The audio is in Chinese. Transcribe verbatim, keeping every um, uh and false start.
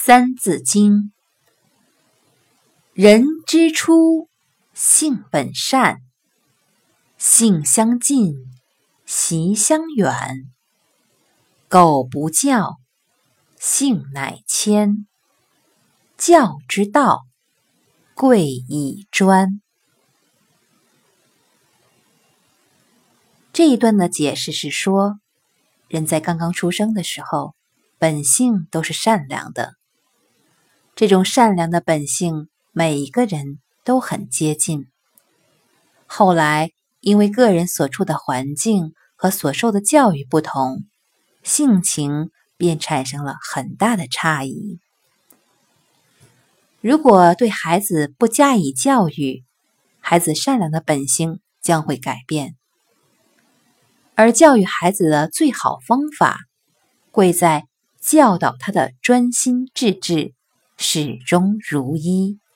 三字经》：人之初，性本善，性相近，习相远。苟不教，性乃迁。教之道，贵以专。这一段的解释是说，人在刚刚出生的时候，本性都是善良的。这种善良的本性，每一个人都很接近。后来，因为个人所处的环境和所受的教育不同，性情便产生了很大的差异。如果对孩子不加以教育，孩子善良的本性将会改变。而教育孩子的最好方法，贵在教导他的专心致志，始终如一。